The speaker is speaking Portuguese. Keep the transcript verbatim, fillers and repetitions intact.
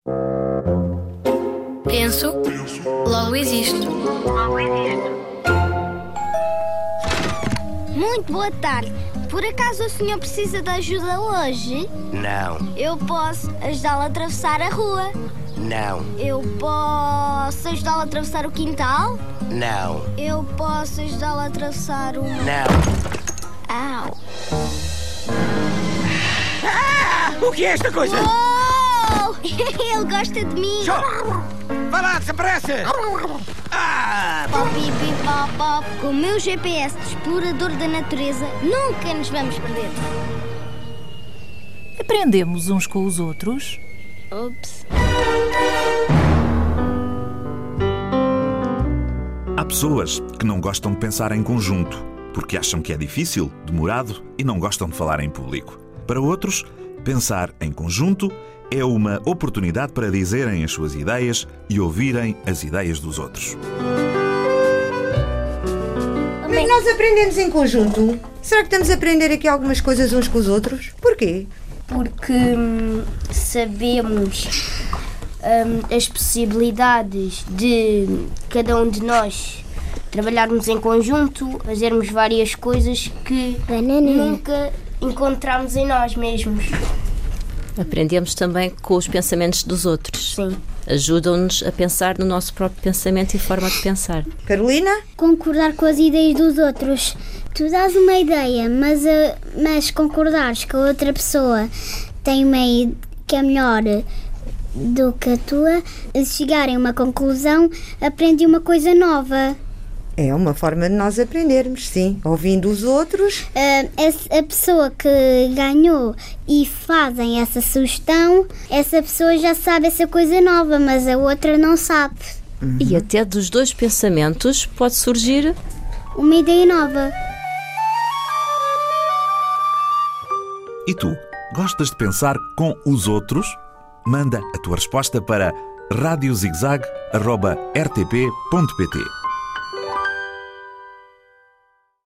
Penso, logo existo. Logo existo. Muito boa tarde. Por acaso o senhor precisa de ajuda hoje? Não. Eu posso ajudá-lo a atravessar a rua? Não. Eu posso ajudá-lo a atravessar o quintal? Não. Eu posso ajudá-lo a atravessar o... Não. Au! Ah! O que é esta coisa? Oh! Ele gosta de mim! Vai lá, desaparece! Ah! Pop, pip, pop, pop. Com o meu G P S de explorador da natureza, nunca nos vamos perder. Aprendemos uns com os outros? Ups. Há pessoas que não gostam de pensar em conjunto, porque acham que é difícil, demorado e não gostam de falar em público. Para outros, pensar em conjunto é uma oportunidade para dizerem as suas ideias e ouvirem as ideias dos outros. Mas nós aprendemos em conjunto. Será que estamos a aprender aqui algumas coisas uns com os outros? Porquê? Porque hum, sabemos hum, as possibilidades de cada um de nós trabalharmos em conjunto, fazermos várias coisas que Banana. nunca encontramos em nós mesmos. Aprendemos também com os pensamentos dos outros. Sim. Ajudam-nos a pensar no nosso próprio pensamento e forma de pensar. Carolina? Concordar com as ideias dos outros. Tu dás uma ideia, mas, uh, mas concordares que a outra pessoa tem uma ideia que é melhor do que a tua, se chegarem a uma conclusão, aprendi uma coisa nova. É uma forma de nós aprendermos, sim. Ouvindo os outros. Uh, essa, a pessoa que ganhou e fazem essa sugestão, essa pessoa já sabe essa coisa nova, mas a outra não sabe. Uhum. E até dos dois pensamentos pode surgir uma ideia nova. E tu, gostas de pensar com os outros? Manda a tua resposta para rádio zigzag arroba r t p ponto p t.